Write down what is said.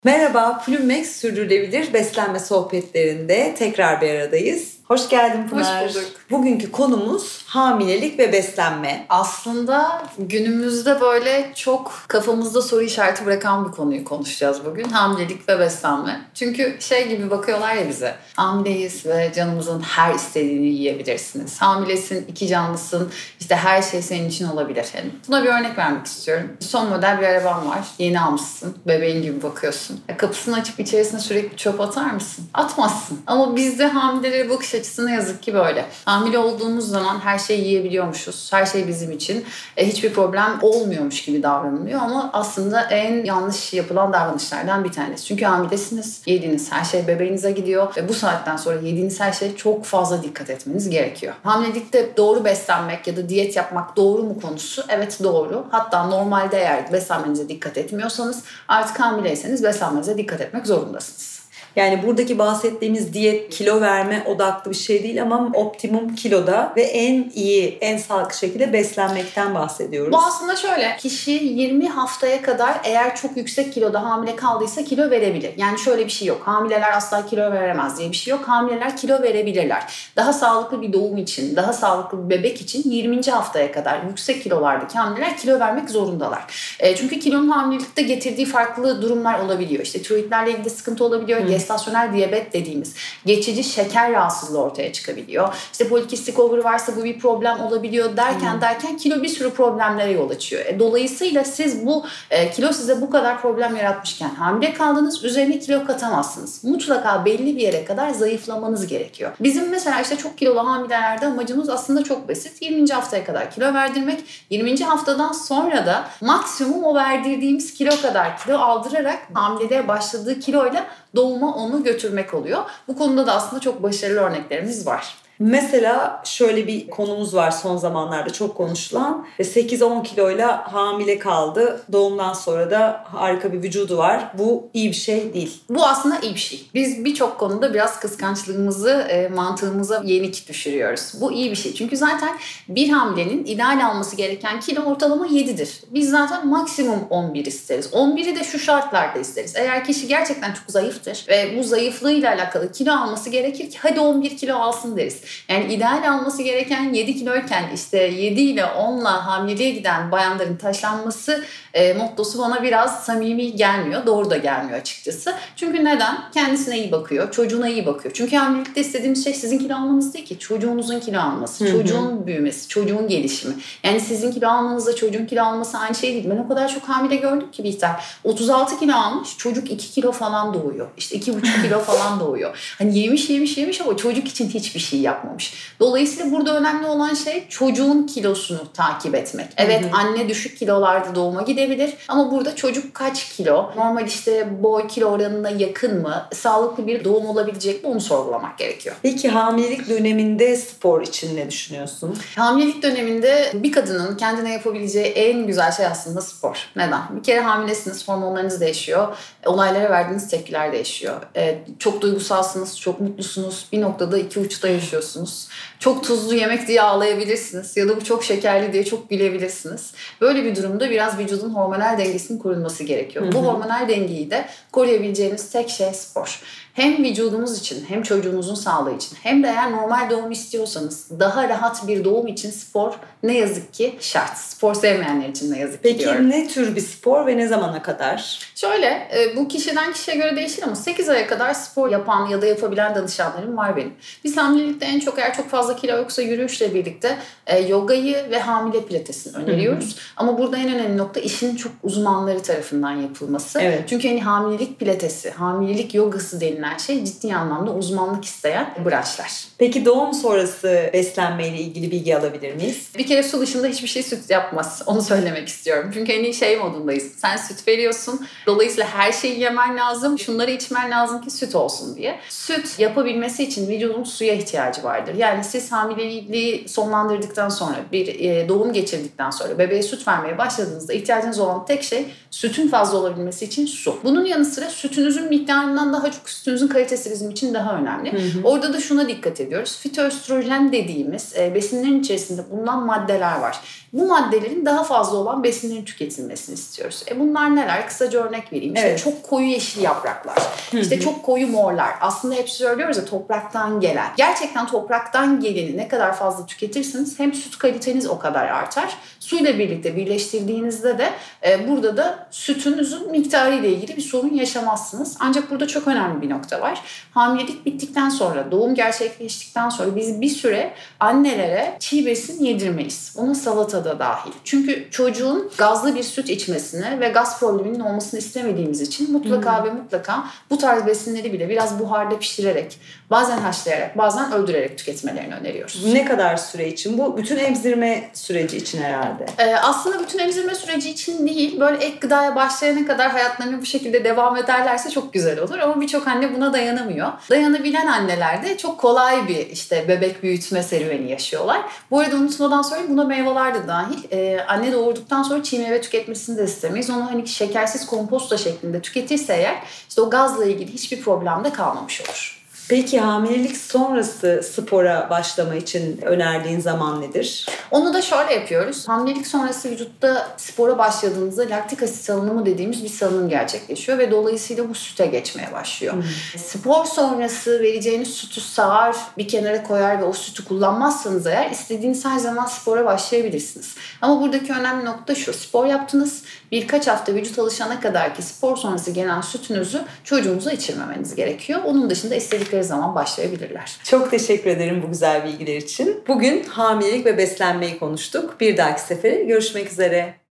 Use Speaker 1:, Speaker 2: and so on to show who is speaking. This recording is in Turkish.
Speaker 1: Merhaba, Plümmex Sürdürülebilir Beslenme Sohbetlerinde tekrar bir aradayız. Hoş geldin Pınar.
Speaker 2: Hoş bulduk.
Speaker 1: Bugünkü konumuz hamilelik ve beslenme.
Speaker 2: Aslında günümüzde böyle çok kafamızda soru işareti bırakan bir konuyu konuşacağız bugün. Hamilelik ve beslenme. Çünkü gibi bakıyorlar ya bize. Hamileyiz ve canımızın her istediğini yiyebilirsiniz. Hamilesin, iki canlısın. İşte her şey senin için olabilir. Yani buna bir örnek vermek istiyorum. Son model bir araban var. Yeni almışsın. Bebeğin gibi bakıyorsun. Kapısını açıp içerisine sürekli çöp atar mısın? Atmazsın. Ama bizde hamilelere bakış açısı ne yazık ki böyle. Hamile olduğumuz zaman her şeyi yiyebiliyormuşuz. Her şey bizim için. Hiçbir problem olmuyormuş gibi davranılıyor ama aslında en yanlış yapılan davranışlardan bir tanesi. Çünkü hamilesiniz. Yediğiniz her şey bebeğinize gidiyor ve bu saatten sonra yediğiniz her şeye çok fazla dikkat etmeniz gerekiyor. Hamilelikte doğru beslenmek ya da diyet yapmak doğru mu konusu? Evet, doğru. Hatta normalde eğer beslenmenize dikkat etmiyorsanız artık hamileyseniz beslenmenize dikkat etmek zorundasınız.
Speaker 1: Yani buradaki bahsettiğimiz diyet kilo verme odaklı bir şey değil ama optimum kiloda ve en iyi, en sağlıklı şekilde beslenmekten bahsediyoruz.
Speaker 2: Bu aslında şöyle, kişi 20 haftaya kadar eğer çok yüksek kiloda hamile kaldıysa kilo verebilir. Yani şöyle bir şey yok. Hamileler asla kilo veremez diye bir şey yok. Hamileler kilo verebilirler. Daha sağlıklı bir doğum için, daha sağlıklı bir bebek için 20. haftaya kadar yüksek kilolardaki hamileler kilo vermek zorundalar. Çünkü kilonun hamilelikte getirdiği farklı durumlar olabiliyor. İşte tiroidlerle ilgili sıkıntı olabiliyor. Gestasyonel diyabet dediğimiz geçici şeker rahatsızlığı ortaya çıkabiliyor. İşte polikistik over varsa bu bir problem olabiliyor derken kilo bir sürü problemlere yol açıyor. Dolayısıyla siz bu kilo size bu kadar problem yaratmışken hamile kaldınız, üzerine kilo katamazsınız. Mutlaka belli bir yere kadar zayıflamanız gerekiyor. Bizim mesela işte çok kilolu hamilelerde amacımız aslında çok basit. 20. haftaya kadar kilo verdirmek. 20. haftadan sonra da maksimum o verdirdiğimiz kilo kadar kilo aldırarak hamileliğe başladığı kiloyla doğuma onu götürmek oluyor. Bu konuda da aslında çok başarılı örneklerimiz var.
Speaker 1: Mesela şöyle bir konumuz var son zamanlarda çok konuşulan. 8-10 kiloyla hamile kaldı. Doğumdan sonra da harika bir vücudu var. Bu iyi bir şey değil.
Speaker 2: Bu aslında iyi bir şey. Biz birçok konuda biraz kıskançlığımızı mantığımıza yenik düşürüyoruz. Bu iyi bir şey. Çünkü zaten bir hamilenin ideal alması gereken kilo ortalama 7'dir. Biz zaten maksimum 11 isteriz. 11'i de şu şartlarda isteriz. Eğer kişi gerçekten çok zayıftır ve bu zayıflığıyla alakalı kilo alması gerekir ki hadi 11 kilo alsın deriz. Yani ideal alması gereken 7 kiloyken işte 7 ile 10'la hamileliğe giden bayanların taşlanması mottosu bana biraz samimi gelmiyor. Doğru da gelmiyor açıkçası. Çünkü neden? Kendisine iyi bakıyor, çocuğuna iyi bakıyor. Çünkü hamilelikte istediğimiz şey sizin kilo almanız değil ki. Çocuğunuzun kilo alması, çocuğun büyümesi, çocuğun gelişimi. Yani sizin kilo almanızla çocuğun kilo alması aynı şey değil. Ben o kadar çok hamile gördüm ki Bihter. 36 kilo almış, çocuk 2 kilo falan doğuyor. İşte 2,5 kilo falan doğuyor. Hani yemiş ama çocuk için hiçbir şey yapmamış. Dolayısıyla burada önemli olan şey çocuğun kilosunu takip etmek. Evet, anne düşük kilolarda doğuma gidebilir ama burada çocuk kaç kilo? Normal işte boy kilo oranına yakın mı? Sağlıklı bir doğum olabilecek mi? Onu sorgulamak gerekiyor.
Speaker 1: Peki hamilelik döneminde spor için ne düşünüyorsun?
Speaker 2: Hamilelik döneminde bir kadının kendine yapabileceği en güzel şey aslında spor. Neden? Bir kere hamilesiniz, hormonlarınız değişiyor. Olaylara verdiğiniz tepkiler değişiyor. Çok duygusalsınız, çok mutlusunuz. Bir noktada iki uçta yaşıyorsunuz. Çok tuzlu yemek diye ağlayabilirsiniz ya da bu çok şekerli diye çok gülebilirsiniz. Böyle bir durumda biraz vücudun hormonal dengesinin korunması gerekiyor. Bu hormonal dengeyi de koruyabileceğiniz tek şey spor. Hem vücudunuz için hem çocuğunuzun sağlığı için hem de eğer normal doğum istiyorsanız daha rahat bir doğum için spor ne yazık ki şart. Spor sevmeyenler için ne yazık ki diyorum.
Speaker 1: Peki ne tür bir spor ve ne zamana kadar?
Speaker 2: Şöyle, bu kişiden kişiye göre değişir ama 8 aya kadar spor yapan ya da yapabilen danışanlarım var benim. Biz hamilelikte en çok eğer çok fazla kilo yoksa yürüyüşle birlikte yogayı ve hamile pilatesini öneriyoruz. Ama burada en önemli nokta işin çok uzmanları tarafından yapılması.
Speaker 1: Evet.
Speaker 2: Çünkü hani hamilelik pilatesi, hamilelik yogası denilen şey ciddi anlamda uzmanlık isteyen branşlar.
Speaker 1: Peki doğum sonrası beslenmeyle ilgili bilgi alabilir miyiz?
Speaker 2: Bir kere su dışında hiçbir şey süt yapmaz. Onu söylemek istiyorum. Çünkü hani modundayız. Sen süt veriyorsun. Dolayısıyla her şeyi yemen lazım. Şunları içmen lazım ki süt olsun diye. Süt yapabilmesi için vücudun suya ihtiyacı ihtiyacı vardır. Yani siz hamileliği sonlandırdıktan sonra, bir doğum geçirdikten sonra bebeğe süt vermeye başladığınızda ihtiyacınız olan tek şey sütün fazla olabilmesi için su. Bunun yanı sıra sütünüzün miktarından daha çok sütünüzün kalitesi bizim için daha önemli. Orada da şuna dikkat ediyoruz. Fitoöstrojen dediğimiz besinlerin içerisinde bulunan maddeler var. Bu maddelerin daha fazla olan besinlerin tüketilmesini istiyoruz. Bunlar neler? Kısaca örnek vereyim. İşte çok koyu yeşil yapraklar, işte çok koyu morlar. Aslında hep söylüyoruz ya, topraktan gelen. Gerçekten topraktan geleni ne kadar fazla tüketirseniz hem süt kaliteniz o kadar artar. Suyla birlikte birleştirdiğinizde de burada da sütünüzün miktarı ile ilgili bir sorun yaşamazsınız. Ancak burada çok önemli bir nokta var. Hamilelik bittikten sonra, doğum gerçekleştikten sonra biz bir süre annelere çiğ besin yedirmeyiz. Ona salata da dahil. Çünkü çocuğun gazlı bir süt içmesini ve gaz probleminin olmasını istemediğimiz için mutlaka ve mutlaka bu tarz besinleri bile biraz buharda pişirerek, bazen haşlayarak, bazen öldürerek tüketmelerini öneriyoruz.
Speaker 1: Ne kadar süre için? Bu bütün emzirme süreci için herhalde.
Speaker 2: Aslında bütün emzirme süreci için değil, böyle ek gıdaya başlayana kadar hayatlarına bu şekilde devam ederlerse çok güzel olur. Ama birçok anne buna dayanamıyor. Dayanabilen anneler de çok kolay bir bebek büyütme serüveni yaşıyorlar. Bu arada unutmadan söyleyeyim, buna meyveler de dahil. Anne doğurduktan sonra çiğ meyve tüketmesini de istemeyiz. Onu şekersiz komposta şeklinde tüketirse eğer o gazla ilgili hiçbir problem de kalmamış olur.
Speaker 1: Peki hamilelik sonrası spora başlama için önerdiğin zaman nedir?
Speaker 2: Onu da şöyle yapıyoruz. Hamilelik sonrası vücutta spora başladığınızda laktik asit salınımı dediğimiz bir salınım gerçekleşiyor ve dolayısıyla bu süte geçmeye başlıyor. Spor sonrası vereceğiniz sütü sağar, bir kenara koyar ve o sütü kullanmazsanız eğer istediğiniz her zaman spora başlayabilirsiniz. Ama buradaki önemli nokta şu: spor yaptınız, birkaç hafta vücut alışana kadar ki spor sonrası gelen sütünüzü çocuğunuza içirmemeniz gerekiyor. Onun dışında istedikleri zaman başlayabilirler.
Speaker 1: Çok teşekkür ederim bu güzel bilgiler için. Bugün hamilelik ve beslenmeyi konuştuk. Bir dahaki sefere görüşmek üzere.